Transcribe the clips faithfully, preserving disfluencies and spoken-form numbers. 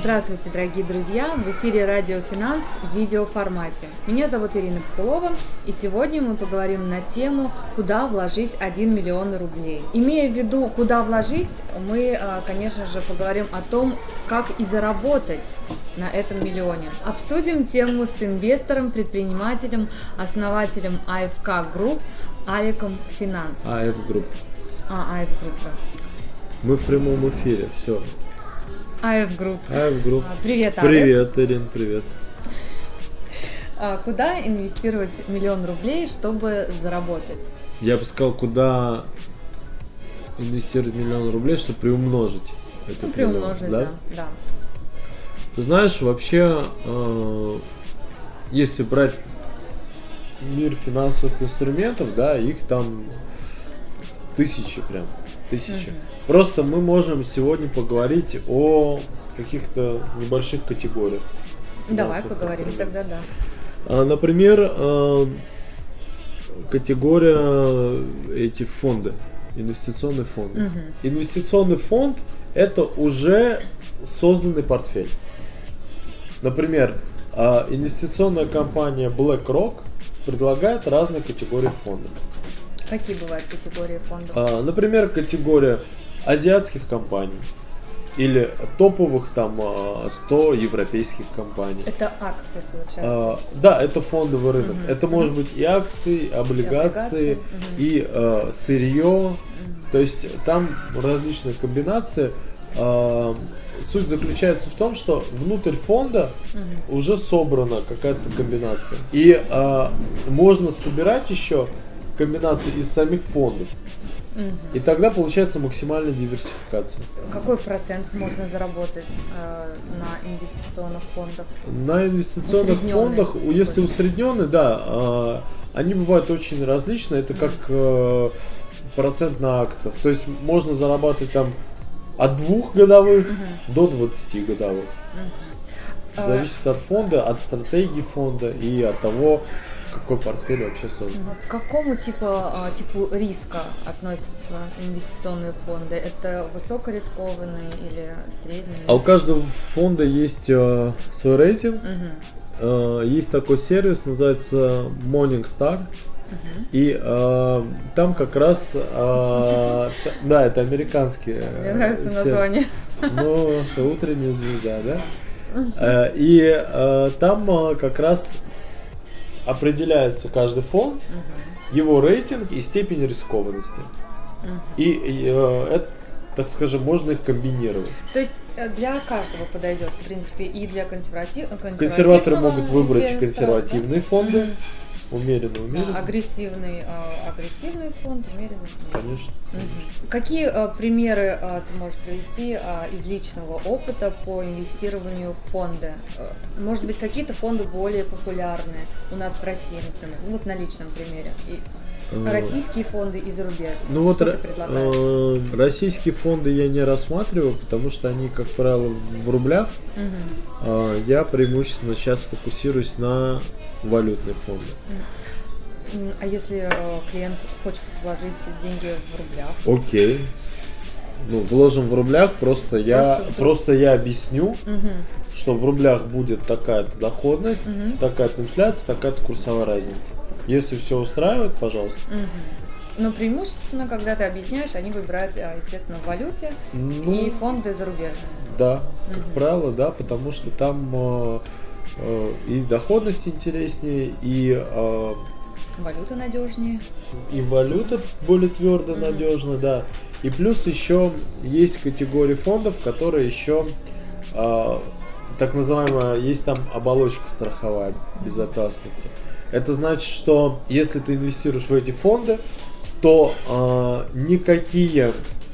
Здравствуйте, дорогие друзья! В эфире Радио Финанс в видеоформате. Меня зовут Ирина Популова, и сегодня мы поговорим на тему «Куда вложить один миллион рублей?». Имея в виду, куда вложить, мы, конечно же, поговорим о том, как и заработать на этом миллионе. Обсудим тему с инвестором, предпринимателем, основателем АФК Групп Аликом Финанс. АФ Групп. А, АФ Групп, да. Мы в прямом эфире, все. АФ Групп. АФ Групп. Привет, Алик. Привет, Ирин, привет. А куда инвестировать миллион рублей, чтобы заработать? Я бы сказал, куда инвестировать миллион рублей, чтобы приумножить это. Ну, приумножить, да? Да, да. Ты знаешь, вообще, э, если брать мир финансовых инструментов, да, их там тысячи прям, тысячи. Угу. Просто мы можем сегодня поговорить о каких-то небольших категориях. Давай поговорим тогда, да. А, например, э, категория эти фонды, инвестиционные фонды. Угу. Инвестиционный фонд – это уже созданный портфель. Например, э, инвестиционная компания BlackRock предлагает разные категории фондов. Какие бывают категории фондов? А, например, категория азиатских компаний или топовых там сто европейских компаний. Это акции, получается? А, да, это фондовый рынок. Угу. Это может быть и акции, облигации, и, облигации. и а, сырье. Угу. То есть там различные комбинации. А, суть заключается в том, что внутрь фонда угу. уже собрана какая-то комбинация. И а, можно собирать еще комбинации из самих фондов. Угу. И тогда получается максимальная диверсификация. Какой процент можно заработать э, на инвестиционных фондах? На инвестиционных фондах, если усредненные, да, э, они бывают очень различные. Это как э, процент на акциях. То есть можно зарабатывать там от двух годовых угу. до двадцати годовых. Угу. Зависит от фонда, от стратегии фонда и от того, какой портфель вообще создан. К какому типу, типу риска относятся инвестиционные фонды? Это высокорискованные или средние? А у каждого фонда есть э, свой рейтинг. Угу. Э, есть такой сервис, называется Morningstar. Uh-huh. И э, там как раз э, т- да, это американский э, Мне нравится название. Ну, что утренняя звезда, да? Uh-huh. Э, и э, там э, как раз определяется каждый фонд, uh-huh. его рейтинг и степень рискованности. Uh-huh. И, и э, это, так скажем, можно их комбинировать. То есть для каждого подойдет, в принципе, и для консерватив... Консерваторы могут выбрать инвестора, консервативные да? фонды. Uh-huh. Умеренно, умеренно. Да, агрессивный, э, агрессивный фонд, умеренно. Конечно. Угу. Какие э, примеры э, ты можешь привести э, из личного опыта по инвестированию в фонды? Э, может быть, какие-то фонды более популярные у нас в России, например, ну вот на личном примере. И российские фонды и зарубежные. Ну вот Что ты предлагаешь? Э, российские фонды я не рассматриваю, потому что они, как правило, в рублях. Угу. Э, я преимущественно сейчас фокусируюсь на валютные фонды. А если э, клиент хочет вложить деньги в рублях? Окей. Ну, вложим в рублях, просто, просто я вдруг... просто я объясню, угу. что в рублях будет такая-то доходность, угу. такая-то инфляция, такая-то курсовая разница. Если все устраивает, пожалуйста. Угу. Но преимущественно, когда ты объясняешь, они выбирают, естественно, в валюте ну, и фонды зарубежные. Да, как угу. правило, да, потому что там э, э, и доходность интереснее, и э, валюта надежнее. И валюта более твердо, угу. надежно, да. И плюс еще есть категории фондов, которые еще э, так называемая, есть там оболочка страховая безопасности. Это значит, что если ты инвестируешь в эти фонды, то э, никакие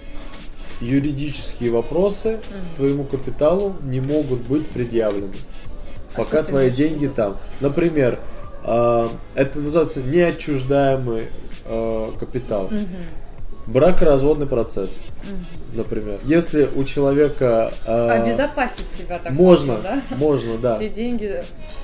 юридические вопросы mm-hmm. к твоему капиталу не могут быть предъявлены, а пока твои деньги там. Например, э, это называется неотчуждаемый э, капитал. Mm-hmm. Бракоразводный процесс, mm-hmm. например. Если у человека... Э, обезопасить себя так можно, можно, да? Можно, да. Все деньги...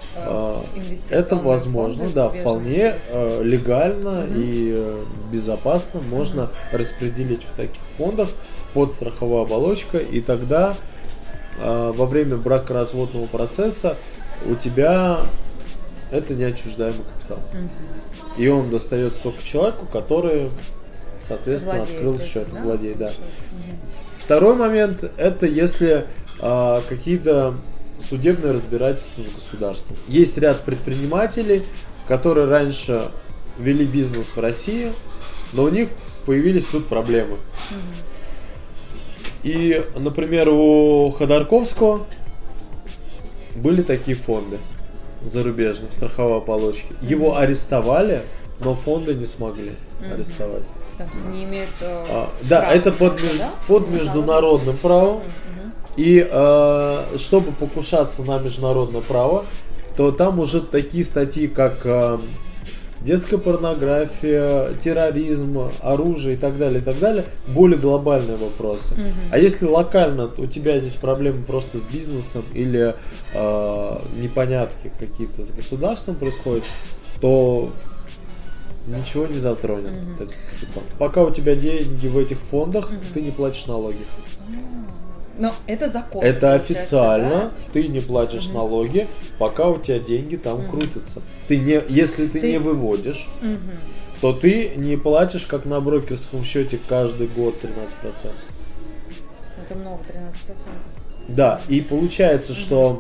Это возможно, фонды, да, вполне э, легально угу. и э, безопасно можно угу. распределить в таких фондах под страховую оболочку, и тогда э, во время бракоразводного процесса у тебя это неотчуждаемый капитал. Угу. И он достается только человеку, который, соответственно, владеет открыл этим, счет, да? владеет, да. Угу. Второй момент – это если э, какие-то судебные разбирательства с государством. Есть ряд предпринимателей, которые раньше вели бизнес в России, но у них появились тут проблемы. Угу. И, например, у Ходорковского были такие фонды зарубежные в страховой оболочке. Mm-hmm. Его арестовали, но фонды не смогли mm-hmm. арестовать. Потому что не имеют э, а, Да, права, это под, меж... да? под международным правом. Mm-hmm. И э, чтобы покушаться на международное право, то там уже такие статьи, как э, детская порнография, терроризм, оружие и так далее, и так далее, более глобальные вопросы. Угу. А если локально у тебя здесь проблемы просто с бизнесом или э, непонятки какие-то с государством происходят, то ничего не затронет угу. этот капитал. Пока у тебя деньги в этих фондах, угу. ты не платишь налоги. Но это закон. Это официально, да? Ты не платишь угу. налоги, пока у тебя деньги там угу. крутятся. Ты не, если ты, ты... не выводишь, угу. то ты не платишь, как на брокерском счете, каждый год тринадцать процентов. Это много, тринадцать процентов. Да, и получается, угу. что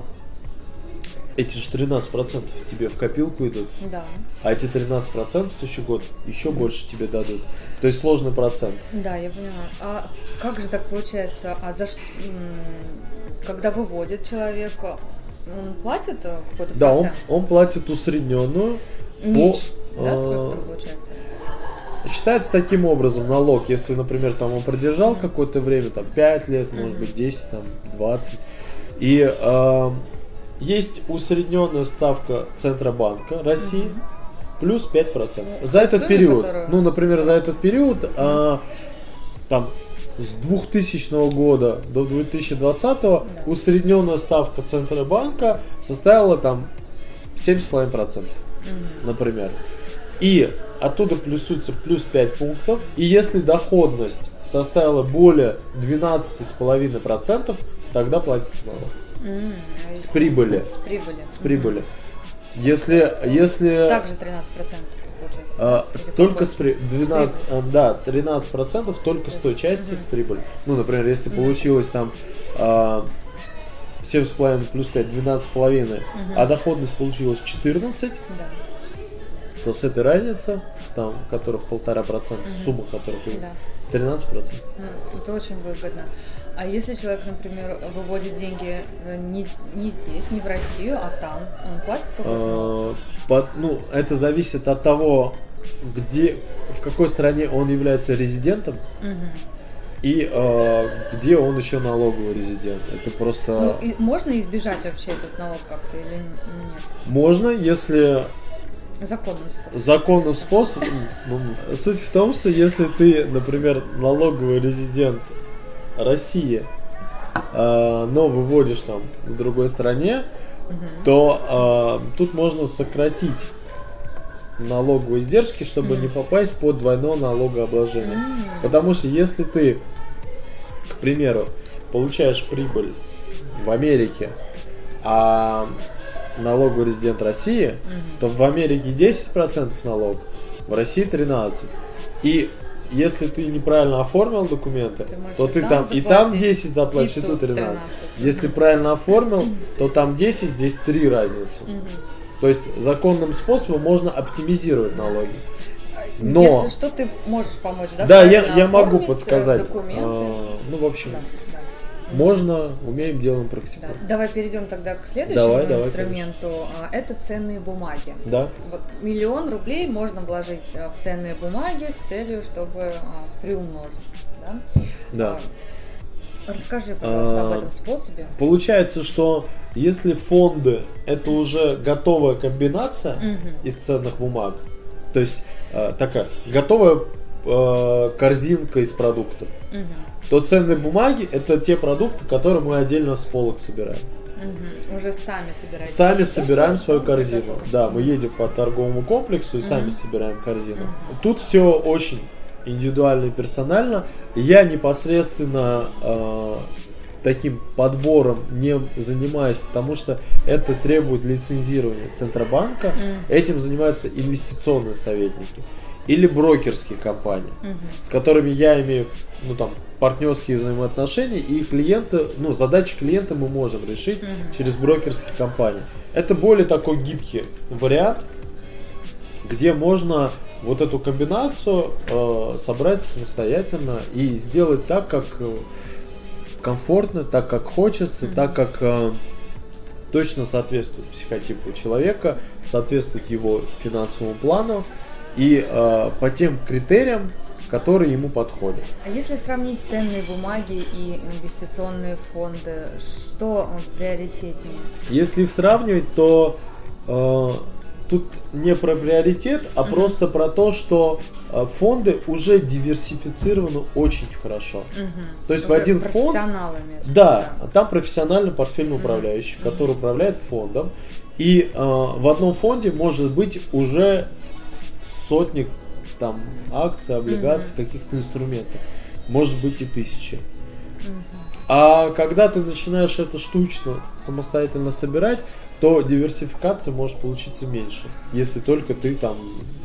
эти же тринадцать процентов тебе в копилку идут, да. а эти тринадцать процентов в следующий год еще угу. больше тебе дадут. То есть сложный процент. Да, я поняла. А как же так получается? А за что, когда выводит человек, он платит какой-то Да, процент? он, он платит усредненную. Меньше, по, да, э, сколько там получается? Считается таким образом налог, если, например, там он продержал mm-hmm. какое-то время, там пять лет, mm-hmm. может быть десять, там двадцать. И э, есть усредненная ставка Центробанка России. Mm-hmm. Плюс пять процентов. Ну, за этот сумме, период, которую... ну, например, за этот период, mm-hmm. а, там, с двухтысячного года до две тысячи двадцатого да. усредненная ставка Центробанка составила там семь целых пять десятых процента, mm-hmm. например. И оттуда плюсуется плюс пять пунктов. И если доходность составила более двенадцать целых пять десятых процента, тогда платится налог. Mm-hmm. С прибыли. С прибыли. С прибыли. Если, если... Также тринадцать процентов получается. А, только с при... двенадцать, а, да, тринадцать процентов только с той части угу. с прибыли. Ну, например, если угу. получилось там а, семь целых пять десятых плюс пять, двенадцать целых пять десятых, угу. а доходность получилась четырнадцать, да. то с этой разницы, там, которая в полтора процента, угу. сумма которых да. тринадцать процентов. Ну, это очень выгодно. А если человек, например, выводит деньги не, не здесь, не в Россию, а там, он платит какой-то налог? Ну, это зависит от того, где, в какой стране он является резидентом угу. и э, где он еще налоговый резидент. Это просто... Ну, и можно избежать вообще этот налог как-то или нет? Можно, если... Законным способом. Законным способом. Ну, суть в том, что если ты, например, налоговый резидент России, э, но выводишь там в другой стране, угу. то э, тут можно сократить налоговые издержки, чтобы угу. не попасть под двойное налогообложение. Угу. Потому что если ты, к примеру, получаешь прибыль в Америке, а налоговый резидент России, угу. то в Америке десять процентов налог, в России тринадцать процентов. И если ты неправильно оформил документы, ты то ты там и там десять заплатишь, и тут тринадцать. Если правильно оформил, то там десять, здесь три разницы. Угу. То есть законным способом можно оптимизировать налоги. Но... Если что, ты можешь помочь, да? Да, я, я могу подсказать. А, ну, в общем, да, да. можно, умеем, делаем, практикуем. Да. Давай перейдем тогда к следующему давай, инструменту. Давай, Это ценные бумаги. Да. Вот миллион рублей можно вложить в ценные бумаги с целью, чтобы а, приумножить. Да. Да. А, расскажи, пожалуйста, а, об этом способе. Получается, что если фонды это уже готовая комбинация угу. из ценных бумаг, то есть э, такая готовая э, корзинка из продуктов, угу. то ценные бумаги это те продукты, которые мы отдельно с полок собираем. Угу. Уже сами собираем. Сами собираем свою корзину. Да, мы едем по торговому комплексу и угу. сами собираем корзину. Угу. Тут все очень индивидуально и персонально. Я непосредственно э, таким подбором не занимаюсь, потому что это требует лицензирования Центробанка. Mm. Этим занимаются инвестиционные советники или брокерские компании, mm-hmm. с которыми я имею, ну, там, партнерские взаимоотношения, и клиенты, ну, задачи клиента мы можем решить mm-hmm. через брокерские компании. Это более такой гибкий вариант, где можно вот эту комбинацию э, собрать самостоятельно и сделать так, как комфортно, так, как хочется, mm-hmm. так, как э, точно соответствует психотипу человека, соответствует его финансовому плану и э, по тем критериям, которые ему подходят. А если сравнить ценные бумаги и инвестиционные фонды, что приоритетнее? Если их сравнивать, то э, тут не про приоритет, а uh-huh. просто про то, что э, фонды уже диверсифицированы очень хорошо. Uh-huh. То есть уже в один фонд... Профессионалами. Да, да, там профессиональный портфельный управляющий, uh-huh. который управляет фондом. И э, в одном фонде может быть уже сотни там акций, облигаций, uh-huh. каких-то инструментов. Может быть и тысячи. Uh-huh. А когда ты начинаешь это штучно самостоятельно собирать, то диверсификация может получиться меньше, если только ты там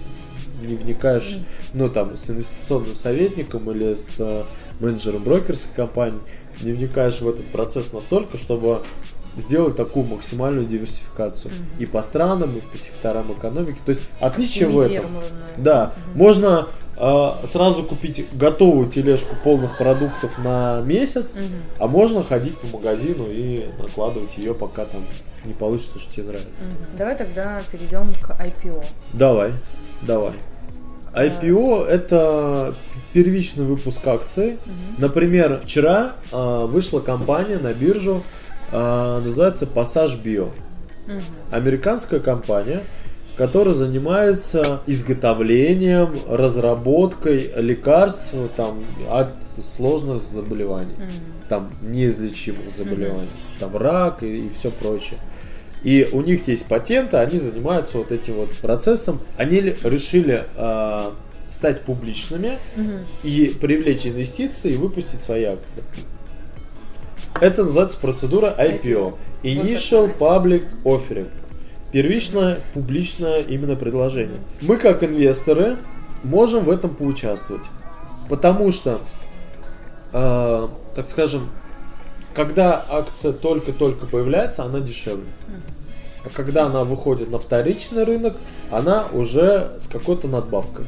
не вникаешь, mm. ну там с инвестиционным советником или с э, менеджером брокерской компании, не вникаешь в этот процесс настолько, чтобы сделать такую максимальную диверсификацию mm-hmm. и по странам, и по секторам экономики. То есть отличие в этом. Да, mm-hmm. можно э, сразу купить готовую тележку полных продуктов на месяц, mm-hmm. а можно ходить по магазину и накладывать ее, пока там не получится, что тебе нравится. Mm-hmm. Давай тогда перейдем к ай пи о. Давай, давай. ай пи о это первичный выпуск акций. Mm-hmm. Например, вчера э, вышла компания на биржу, называется Passage Bio. Uh-huh. Американская компания, которая занимается изготовлением, разработкой лекарств там, от сложных заболеваний, uh-huh. там неизлечимых заболеваний, uh-huh. там рак и, и все прочее. И у них есть патенты, они занимаются вот этим вот процессом. Они решили э, стать публичными uh-huh. и привлечь инвестиции и выпустить свои акции. Это называется процедура ай пи о. Initial Public Offering. Первичное публичное именно предложение. Мы как инвесторы можем в этом поучаствовать. Потому что, э, так скажем, когда акция только-только появляется, она дешевле. А когда она выходит на вторичный рынок, она уже с какой-то надбавкой.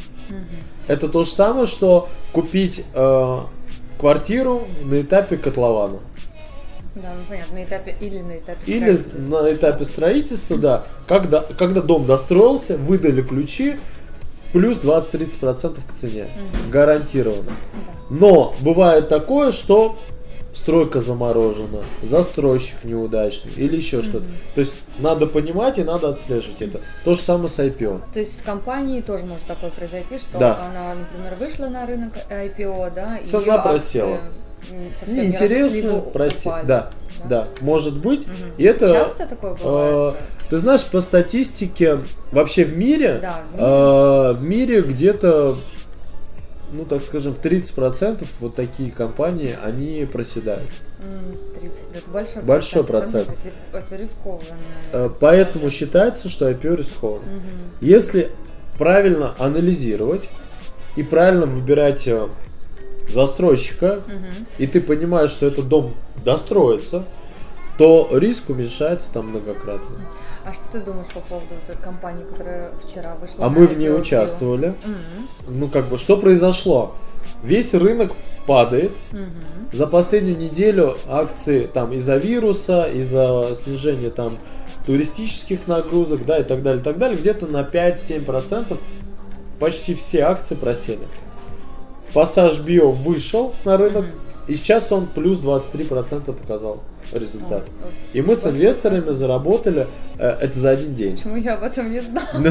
Это то же самое, что купить... Э, квартиру на этапе котлована. Да, ну понятно, на этапе или на этапе или строительства. Или на этапе строительства, да. Когда, когда дом достроился, выдали ключи, плюс двадцать-тридцать процентов к цене. Угу. Гарантированно. Да. Но бывает такое, что стройка заморожена, застройщик неудачный или еще mm-hmm. что-то. То есть надо понимать и надо отслеживать это. То же самое с ай пи о. То есть с компанией тоже может такое произойти, что да. она, например, вышла на рынок ай пи о, да, и цена просела. Неинтересно, просела. Да, да, да, может быть. Угу. И это, часто такое бывает? Э, ты знаешь, по статистике вообще в мире, да, в мире, э, в мире где-то, ну, так скажем, тридцать процентов вот такие компании, они проседают. тридцать, это большой, большой процент. процент. Это рискованно. Поэтому считается, что ай пи о рискованно. Угу. Если правильно анализировать и правильно выбирать застройщика, угу. и ты понимаешь, что этот дом достроится, то риск уменьшается там многократно. А что ты думаешь по поводу этой компании, которая вчера вышла? А мы в ней участвовали. Угу. Ну, как бы, что произошло? Весь рынок падает. Угу. За последнюю неделю акции там из-за вируса, из-за снижения там туристических нагрузок, да, и так далее, и так далее, где-то на пять-семь процентов почти все акции просели. Passage Bio вышел на рынок, угу. и сейчас он плюс двадцать три процента показал результат. О, и мы с инвесторами процент. заработали э, это за один день. Почему я об этом не знала? Ну,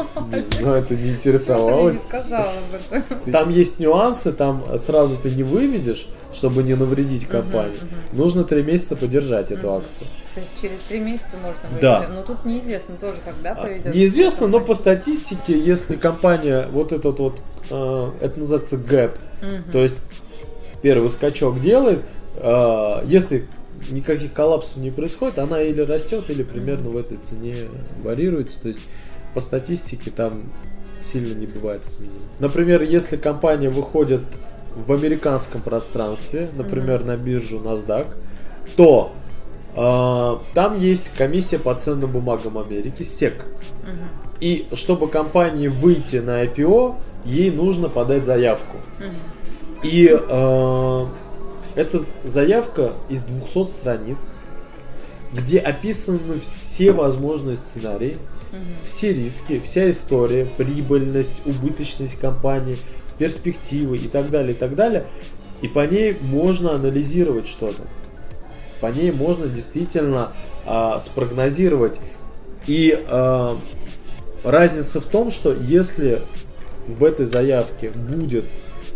это не интересовалось. Я не сказала об этом. Там есть нюансы, там сразу ты не выведешь, чтобы не навредить компании. Нужно три месяца подержать эту акцию. То есть через три месяца можно вывести. Да. Но тут неизвестно тоже, когда поведется. Неизвестно, но по статистике, если компания вот этот вот, это называется гэп, то есть первый скачок делает, э, если никаких коллапсов не происходит, она или растет, или примерно в этой цене варьируется. То есть по статистике там сильно не бывает изменений. Например, если компания выходит в американском пространстве, например, mm-hmm. на биржу NASDAQ, то э, там есть комиссия по ценным бумагам Америки, сек. Mm-hmm. И чтобы компании выйти на ай пи о, ей нужно подать заявку. Mm-hmm. И э, эта заявка из двухсот страниц, где описаны все возможные сценарии, mm-hmm. все риски, вся история, прибыльность, убыточность компании, перспективы и так далее, и так далее. И по ней можно анализировать что-то. По ней можно действительно э, спрогнозировать. И э, разница в том, что если в этой заявке будет,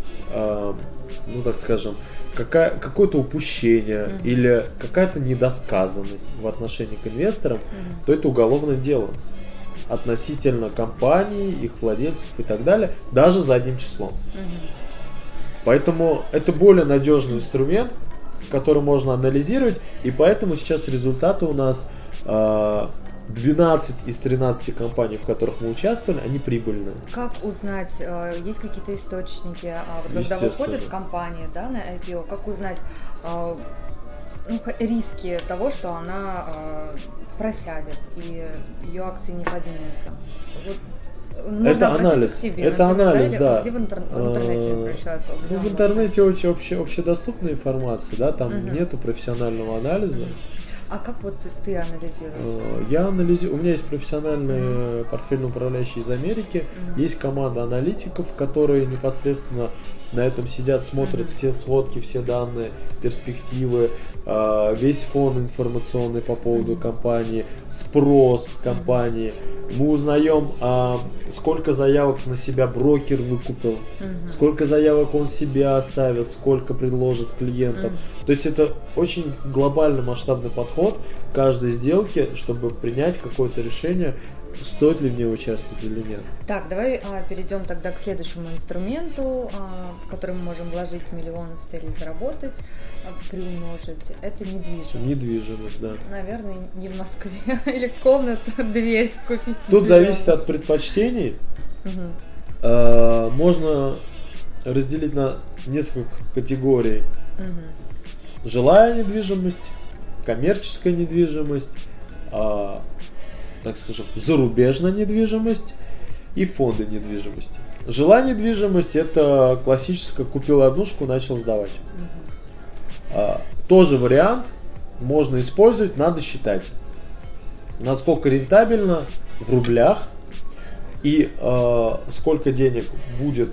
э, ну так скажем, какая, какое-то упущение mm-hmm. или какая-то недосказанность в отношении к инвесторам, mm-hmm. то это уголовное дело относительно компаний, их владельцев и так далее, даже задним числом. Mm-hmm. Поэтому это более надежный инструмент, который можно анализировать, и поэтому сейчас результаты у нас э, двенадцать из тринадцати компаний, в которых мы участвовали, они прибыльные. Как узнать, э, есть какие-то источники, а вот когда выходит компания, да, на ай пи о, как узнать э, ну, риски того, что она э, просядет и ее акции не поднимутся? Вот. Можно это анализ. К тебе, это например, анализ, да. да. Где в, интер... в интернете обращают? Ну, в интернете очень обще... общедоступная информация, да, там угу. нету профессионального анализа. А как вот ты анализируешь? Я анализирую. У меня есть профессиональные портфельные управляющие из Америки, mm-hmm. есть команда аналитиков, которые непосредственно на этом сидят, смотрят mm-hmm. все сводки, все данные, перспективы, весь фон информационный по поводу mm-hmm. компании, спрос компании. Mm-hmm. Мы узнаем, сколько заявок на себя брокер выкупил, mm-hmm. сколько заявок он себе оставил, сколько предложит клиентам. Mm-hmm. То есть это очень глобальный масштабный подход к каждой сделке, чтобы принять какое-то решение, стоит ли в ней участвовать или нет. Так, давай а, перейдем тогда к следующему инструменту, а, в который мы можем вложить миллион с целью заработать, а, приумножить. Это недвижимость. Недвижимость, да. Наверное, не в Москве. Или комнату, дверь купить. Тут зависит от предпочтений. Угу. А, можно разделить на несколько категорий. Угу. Жилая недвижимость, коммерческая недвижимость, а, так скажем, зарубежная недвижимость и фонды недвижимости. Жилая недвижимость — это классическая, купил однушку, начал сдавать. Uh-huh. А, тоже вариант, можно использовать, надо считать, насколько рентабельно в рублях и а, сколько денег будет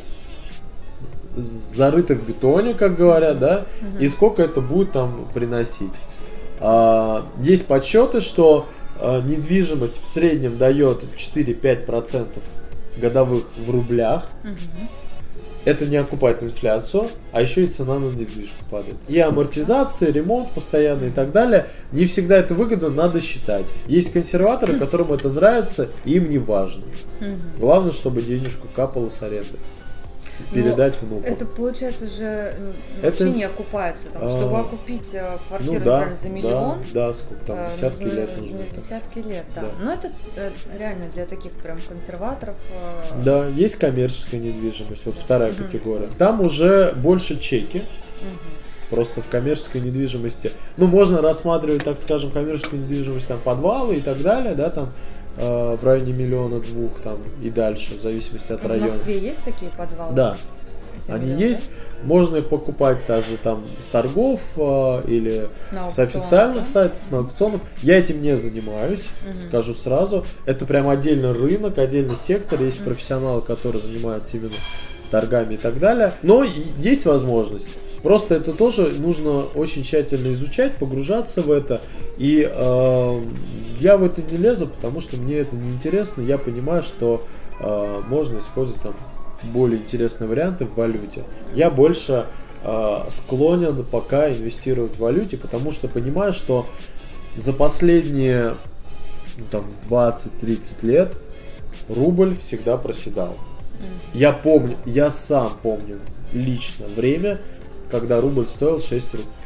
зарыто в бетоне, как говорят, да, uh-huh. и сколько это будет там приносить. А, есть подсчеты, что недвижимость в среднем дает четыре-пять процентов годовых в рублях. Угу. Это не окупает инфляцию, а еще и цена на недвижку падает. И амортизация, ремонт постоянный и так далее. Не всегда это выгодно, надо считать. Есть консерваторы, которым это нравится, и им не важно. Угу. Главное, чтобы денежку капало с аренды. Передать но внуку. Это получается же вообще это, не окупается. Там, чтобы а, окупить квартиру, ну, да, например, за миллион. Да, да, сколько там, десятки нужно, лет нужно. Десятки лет, да. да. Но это реально для таких прям консерваторов. Да, есть коммерческая недвижимость, вот вторая угу. категория. Там уже больше чеки. Угу. Просто в коммерческой недвижимости. Ну, можно рассматривать, так скажем, коммерческую недвижимость, там, подвалы и так далее, да, там. В районе миллиона двух там и дальше, в зависимости от в района. В Москве есть такие подвалы? Да, они миллион, есть. Да? Можно их покупать даже там с торгов а, или на с официальных да? сайтов, на аукционах. Я этим не занимаюсь, угу. скажу сразу. Это прям отдельный рынок, отдельный сектор. Есть угу. профессионалы, которые занимаются именно торгами и так далее. Но есть возможность. Просто это тоже нужно очень тщательно изучать, погружаться в это. И э, я в это не лезу, потому что мне это не интересно. Я понимаю, что э, можно использовать там более интересные варианты в валюте. Я больше э, склонен пока инвестировать в валюте, потому что понимаю, что за последние ну, там, двадцать-тридцать лет рубль всегда проседал. Я помню, я сам помню лично время, когда рубль стоил шесть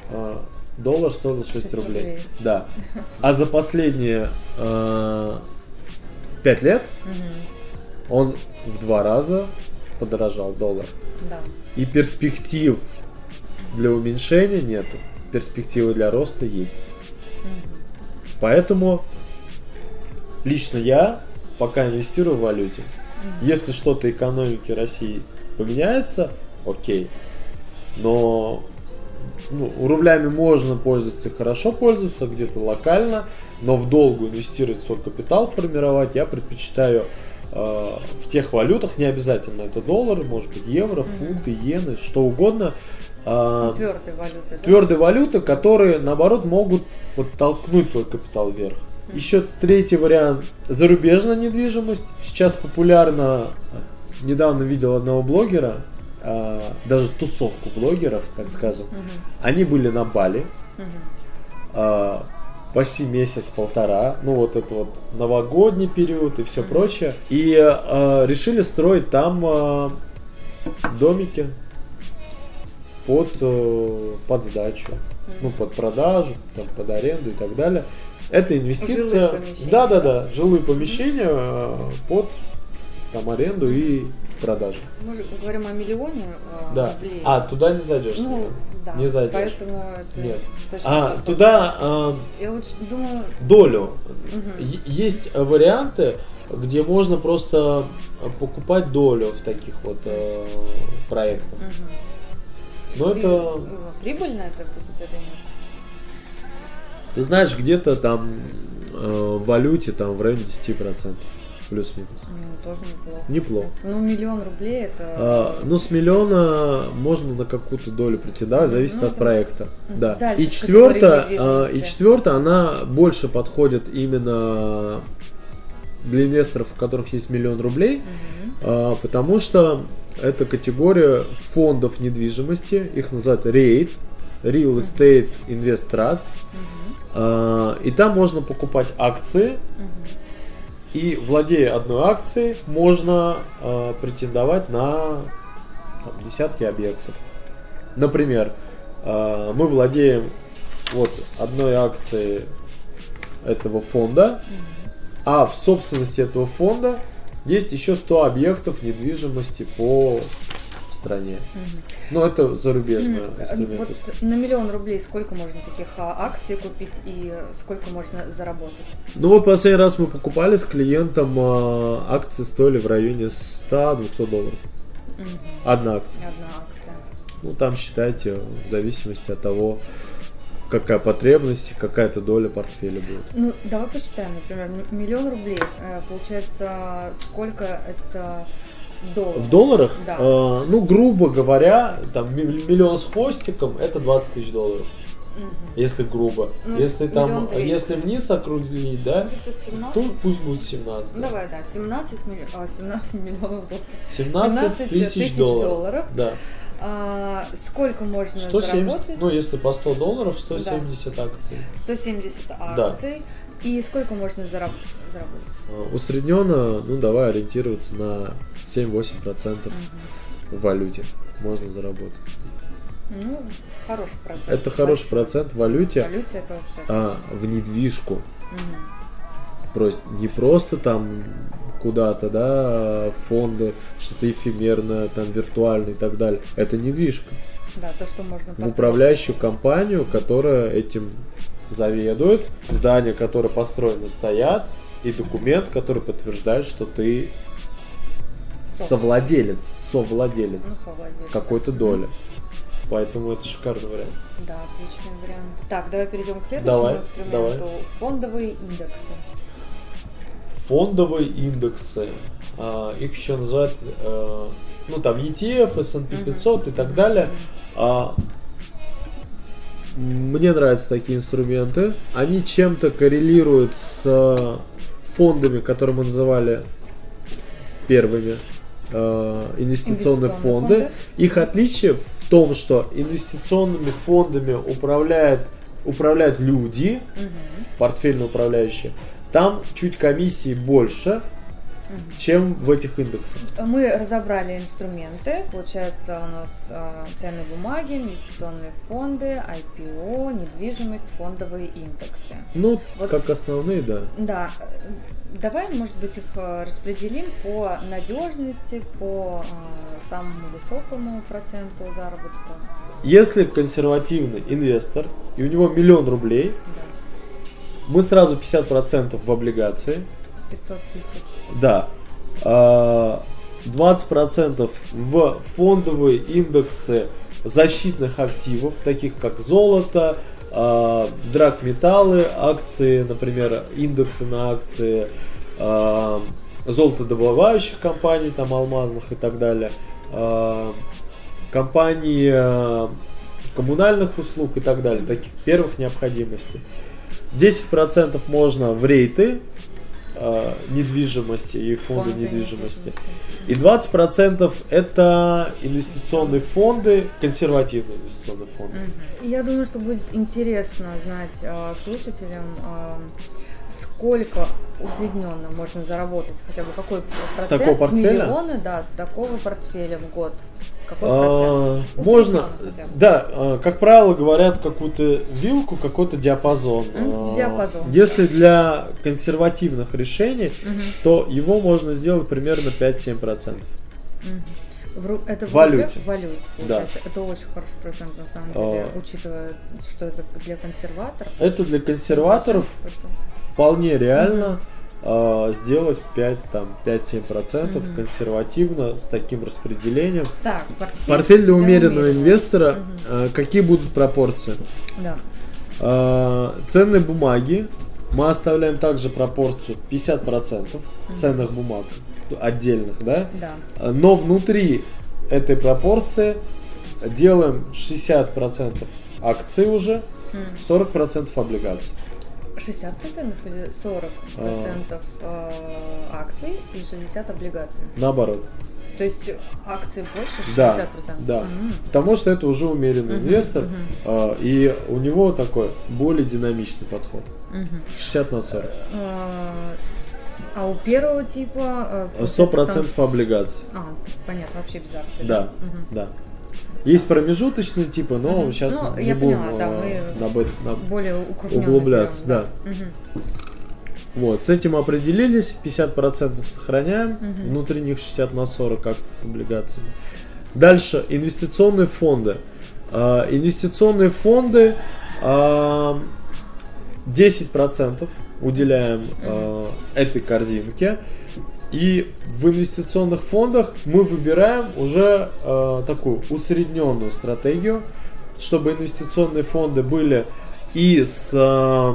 э, доллар сто двадцать шесть рублей. рублей. Да. А за последние э, пять лет угу. он в два раза подорожал, доллар. Да. И перспектив для уменьшения нету. Перспективы для роста есть. Угу. Поэтому лично я пока инвестирую в валюте. Угу. Если что-то экономики России поменяется, окей. Но ну, рублями можно пользоваться, хорошо пользоваться, где-то локально, но в долгу инвестировать свой капитал, формировать я предпочитаю э, в тех валютах, не обязательно это доллары, может быть евро, фунты, иены, что угодно. Э, твердые валюты. Да? Твердые валюты, которые наоборот могут подтолкнуть твой капитал вверх. Mm-hmm. Еще третий вариант – зарубежная недвижимость. Сейчас популярно, недавно видел одного блогера, Uh, даже тусовку блогеров, так скажем, uh-huh. они были на Бали uh-huh. uh, почти месяц-полтора, ну вот это вот новогодний период и все uh-huh. прочее, и uh, решили строить там uh, домики под, uh, под сдачу, uh-huh. ну под продажу, там, под аренду и так далее. Это инвестиция, да-да-да, жилые помещения uh, под там аренду и продажу. Мы же говорим о миллионе э, да. рублей. А, туда не зайдешь. Ну, да. Не зайдешь. Поэтому это Нет. точно а, туда э, я лучше думаю... долю. Угу. Есть варианты, где можно просто покупать долю в таких вот э, проектах. Угу. Но и, это... Прибыльно это будет или нет? Ты знаешь, где-то там э, в валюте там в районе десять процентов. Плюс-минус. Ну, тоже неплохо. Неплохо. Ну, миллион рублей это... А, ну, с миллиона можно на какую-то долю претендовать, зависит ну, от это... проекта. Да. Дальше, и четвертая, а, и четвертая, она больше подходит именно для инвесторов, у которых есть миллион рублей, угу. а, потому что это категория фондов недвижимости, их называют рейт, Real Estate Invest Trust, угу. а, и там можно покупать акции, угу. И владея одной акцией, можно э, претендовать на там, десятки объектов. Например, э, мы владеем вот одной акцией этого фонда, mm-hmm. а в собственности этого фонда есть еще сто объектов недвижимости по стране. Угу. Но это зарубежный угу. инструмент. Вот на миллион рублей сколько можно таких акций купить и сколько можно заработать? Ну вот последний раз мы покупали с клиентом, а, акции стоили в районе сто-двести долларов. Угу. Одна акция. Одна акция. Ну там считайте, в зависимости от того, какая потребность, какая-то доля портфеля будет. Ну давай посчитаем, например, миллион рублей. Получается, сколько это... Доллар. В долларах? Да. Э, ну, грубо говоря, там миллион с хвостиком это двадцать тысяч долларов. Угу. Если грубо. Ну, если там, если вниз округлить, да, то пусть будет семнадцать. Ну, да. Давай, да, семнадцать, милли... а, семнадцать миллионов долларов. семнадцать тысяч долларов. долларов. Да. А, сколько можно сто семьдесят, заработать? Ну, если по сто долларов, сто семьдесят да. акций. сто семьдесят акций. Да. И сколько можно зараб- заработать? Усредненно, ну, давай ориентироваться на семь-восемь процентов угу. в валюте можно заработать. Ну, хороший процент. Это хороший большой. Процент в валюте. В валюте это вообще а, в недвижку. Угу. Просто, не просто там куда-то, да, фонды, что-то эфемерное, там виртуальное и так далее. Это недвижка. Да, то, что можно в управляющую компанию, которая этим заведует, здания, которые построены, стоят, и документ, который подтверждает, что ты совладелец, совладелец, ну, совладелец какой-то доли. Mm-hmm. Поэтому это шикарный вариант. Да, отличный вариант. Так, давай перейдем к следующему давай, инструменту. Давай. Фондовые индексы. Фондовые индексы. А, их еще называют, а, ну там и ти эф, эс энд пи пятьсот mm-hmm. и так далее. А, Мне нравятся такие инструменты. Они чем-то коррелируют с фондами, которые мы называли первыми э, инвестиционные, инвестиционные фонды. фонды. Их отличие в том, что инвестиционными фондами управляют, управляют люди, угу. портфельно управляющие. Там чуть комиссии больше, чем в этих индексах. Мы разобрали инструменты. Получается, у нас э, ценные бумаги, инвестиционные фонды, ай пи о, недвижимость, фондовые индексы. Ну, вот, как основные, да. Да. Давай, может быть, их распределим по надежности, по э, самому высокому проценту заработка. Если консервативный инвестор, и у него миллион рублей, да. мы сразу пятьдесят процентов в облигации. пятьсот тысяч. Да. двадцать процентов в фондовые индексы защитных активов, таких как золото, драгметаллы, акции, например, индексы на акции золотодобывающих компаний, там алмазных и так далее, компаний коммунальных услуг и так далее, таких первых необходимостей. десять процентов можно в рейты э, недвижимости и фонды, фонды недвижимости. недвижимости. И двадцать процентов это инвестиционные фонды, консервативные инвестиционные фонды. Я думаю, что будет интересно знать э, слушателям, э, сколько усредненно можно заработать, хотя бы какой процент с такого портфеля? С миллиона, да, с такого портфеля в год. Какой а, можно, да, а, как правило, говорят какую-то вилку, какой-то диапазон. Mm, диапазон. Если для консервативных решений, mm-hmm. то его можно сделать примерно пять-семь процентов. Mm-hmm. Это в валюте. В валюте, получается. Да. Это очень хороший процент, на самом деле, а, учитывая, что это для консерваторов. Это для консерваторов это... вполне реально. Mm-hmm. сделать пять-семь процентов mm-hmm. консервативно с таким распределением. Так, портфель, портфель для умеренного умеренного. инвестора. Mm-hmm. Какие будут пропорции? Да. Ценные бумаги. Мы оставляем также пропорцию пятьдесят процентов mm-hmm. ценных бумаг отдельных, да? Да. Но внутри этой пропорции делаем шестьдесят процентов акций уже, mm-hmm. сорок процентов облигаций. шестьдесят процентов или сорок процентов а. акций и шестьдесят процентов облигаций? Наоборот. То есть акции больше шестьдесят процентов? Да, да. Mm-hmm. Потому что это уже умеренный mm-hmm. инвестор, mm-hmm. и у него такой более динамичный подход. Mm-hmm. шестьдесят на сорок. А, а у первого типа? сто процентов там... облигаций. А, понятно, вообще без акций. Да, mm-hmm. да. Есть промежуточные типы, но mm-hmm. сейчас ну, не будем поняла, да, на, на, более углубляться. Берем, да. Да. Mm-hmm. Вот, с этим определились, пятьдесят процентов сохраняем, mm-hmm. внутри них шестьдесят на сорок акций с облигациями. Дальше инвестиционные фонды. Э, инвестиционные фонды э, десять процентов уделяем э, mm-hmm. этой корзинке. И в инвестиционных фондах мы выбираем уже э, такую усредненную стратегию, чтобы инвестиционные фонды были и с э,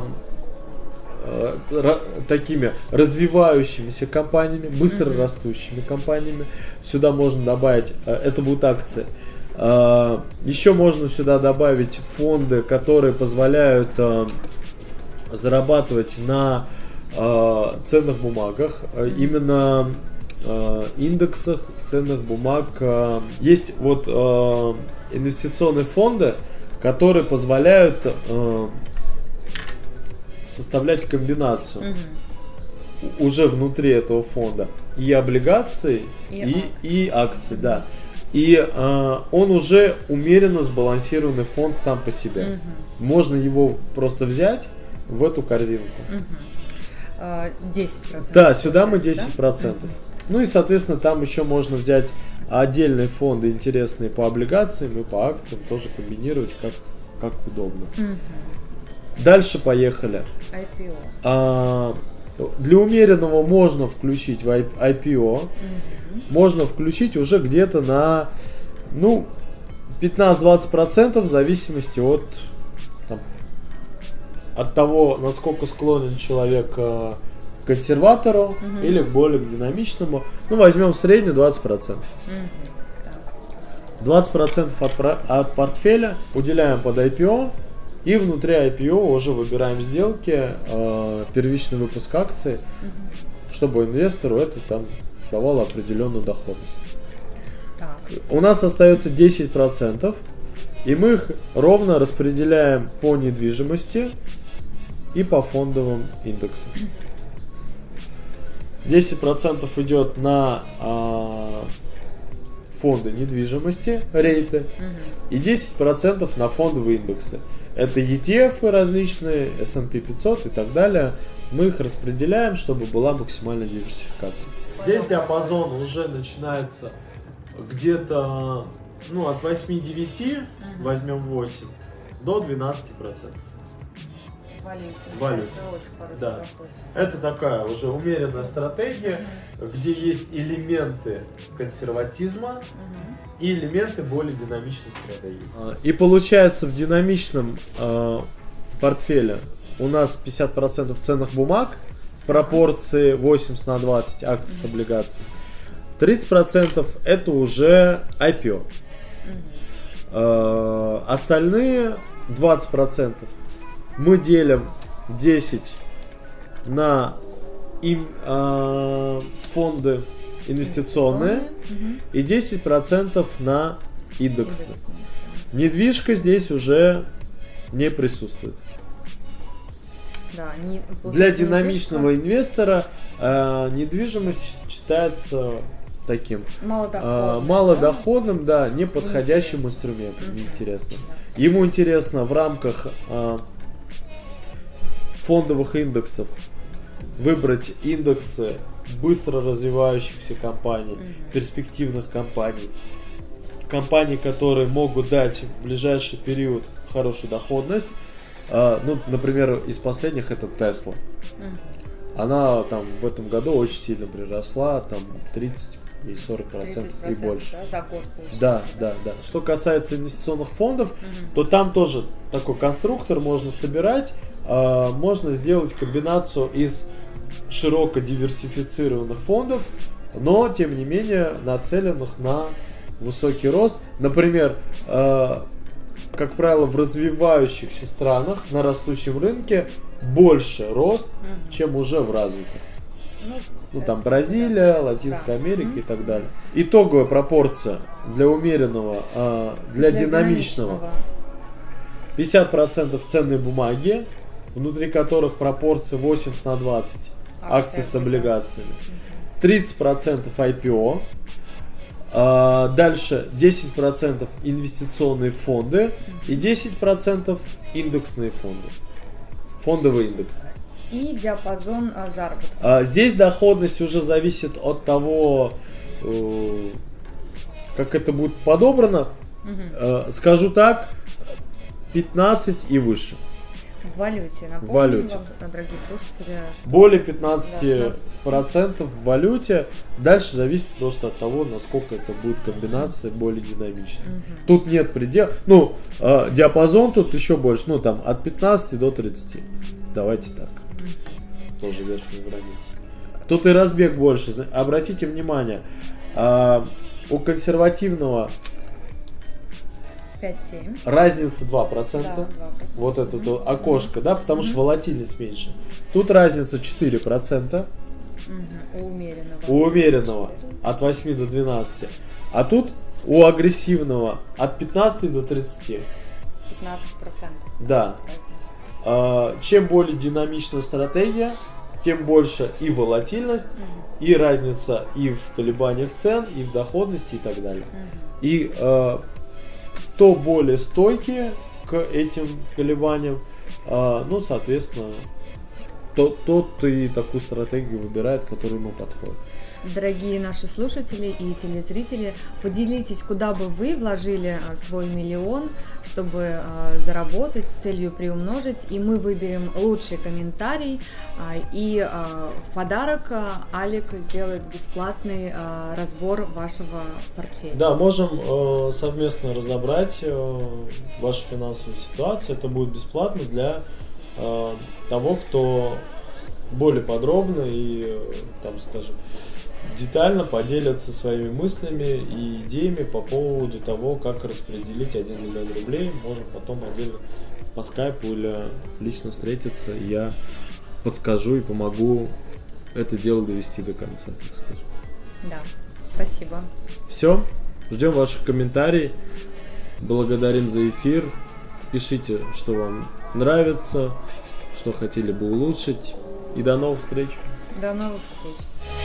э, ра, такими развивающимися компаниями, быстро mm-hmm. растущими компаниями. Сюда можно добавить, э, это будут акции. Э, еще можно сюда добавить фонды, которые позволяют э, зарабатывать на ценных бумагах, mm-hmm. именно э, индексах ценных бумаг. Э, есть вот э, инвестиционные фонды, которые позволяют э, составлять комбинацию mm-hmm. уже внутри этого фонда и облигаций, и, и, и акций, mm-hmm. да. И э, он уже умеренно сбалансированный фонд сам по себе. Mm-hmm. Можно его просто взять в эту корзинку. Mm-hmm. десять процентов. Да, сюда мы десять процентов. Да? Ну и, соответственно, там еще можно взять отдельные фонды интересные по облигациям и по акциям, тоже комбинировать как, как удобно. Угу. Дальше поехали. ай пи о. А, для умеренного можно включить в ай пи о. Угу. Можно включить уже где-то на ну, пятнадцать-двадцать процентов в зависимости от там, от того, насколько склонен человек к консерватору uh-huh. или к более динамичному. Ну, возьмем среднюю двадцать процентов. Uh-huh. двадцать процентов от, от портфеля уделяем под ай пи о, и внутри ай пи о уже выбираем сделки, э, первичный выпуск акций, uh-huh. чтобы инвестору это там давало определенную доходность. Так. У нас остается десять процентов, и мы их ровно распределяем по недвижимости и по фондовым индексам. десять процентов идет на а, фонды недвижимости, рейты, угу. и десять процентов на фондовые индексы. Это и ти эф различные, эс энд пи пятьсот и так далее. Мы их распределяем, чтобы была максимальная диверсификация. Здесь диапазон уже начинается где-то ну, от восемь-девять, угу. возьмем восемь, до двенадцать процентов. Валюте. Валюте. Это очень хороший да. доход. Это такая уже умеренная стратегия, угу. где есть элементы консерватизма угу. и элементы более динамичной стратегии. И получается в динамичном э, портфеле у нас пятьдесят процентов ценных бумаг в пропорции восемьдесят на двадцать акций с облигаций. тридцать процентов это уже ай пи о. Угу. Э, остальные двадцать процентов мы делим десять на ин, э, фонды инвестиционные, инвестиционные. Угу. и десять процентов на индексные. Индекс. Недвижка здесь уже не присутствует. Да, не, Для динамичного недвижка. инвестора э, недвижимость считается таким малодоходным, э, малодоходным да? да, неподходящим Интересно. инструментом, угу. неинтересным. Да. Ему интересно в рамках э, фондовых индексов выбрать индексы быстро развивающихся компаний, mm-hmm. перспективных компаний, компаний, которые могут дать в ближайший период хорошую доходность. А, ну, например, из последних это Tesla. Mm-hmm. Она там в этом году очень сильно приросла, там тридцать и сорок процентов и больше. Да, за год да, да, да. Что касается инвестиционных фондов, mm-hmm. то там тоже такой конструктор можно собирать. Uh, можно сделать комбинацию из широко диверсифицированных фондов, но тем не менее нацеленных на высокий рост. Например, uh, как правило, в развивающихся странах на растущем рынке больше рост, mm-hmm. чем уже в развитых. Ну, ну там Бразилия, Латинская Америка mm-hmm. и так далее. Итоговая пропорция для умеренного, uh, для, для динамичного, динамичного пятьдесят процентов ценной бумаги, внутри которых пропорция восемьдесят на двадцать акций с облигациями, тридцать процентов ай пи о, а, дальше десять процентов инвестиционные фонды и десять процентов индексные фонды, фондовые индексы. И диапазон а, заработка. А, здесь доходность уже зависит от того, э, как это будет подобрано. Угу. Э, скажу так, пятнадцать и выше. В валюте. Напомню в валюте. Вам, дорогие слушатели, что... Более пятнадцать процентов в валюте. Дальше зависит просто от того, насколько это будет комбинация более динамичная. Угу. Тут нет предела. Ну, э, диапазон тут еще больше. Ну, там от пятнадцати до тридцати. Давайте так. Угу. Тоже верхняя граница. Тут и разбег больше. Обратите внимание, э, у консервативного пять-семь. Разница два процента. Да, два процента. Вот это mm-hmm. окошко, да, потому mm-hmm. что волатильность меньше. Тут разница четыре процента. Mm-hmm. У умеренного. У умеренного от восьми до двенадцати. А тут у агрессивного от пятнадцати до тридцати. пятнадцать процентов. Да. А, чем более динамичная стратегия, тем больше и волатильность, mm-hmm. и разница и в колебаниях цен, и в доходности и так далее. Mm-hmm. И а, кто более стойкий к этим колебаниям, а, ну, соответственно, тот, тот и такую стратегию выбирает, которая ему подходит. Дорогие наши слушатели и телезрители, поделитесь, куда бы вы вложили свой миллион, чтобы заработать с целью приумножить, и мы выберем лучший комментарий, и в подарок Алик сделает бесплатный разбор вашего портфеля. Да, можем совместно разобрать вашу финансовую ситуацию, это будет бесплатно для того, кто более подробно и, там, скажем, детально поделятся своими мыслями и идеями по поводу того, как распределить один миллион рублей. Можем потом отдельно по скайпу или лично встретиться, и я подскажу и помогу это дело довести до конца, так скажем. Да, спасибо. Все, ждем ваших комментариев, благодарим за эфир, пишите, что вам нравится, что хотели бы улучшить, и до новых встреч. До новых встреч.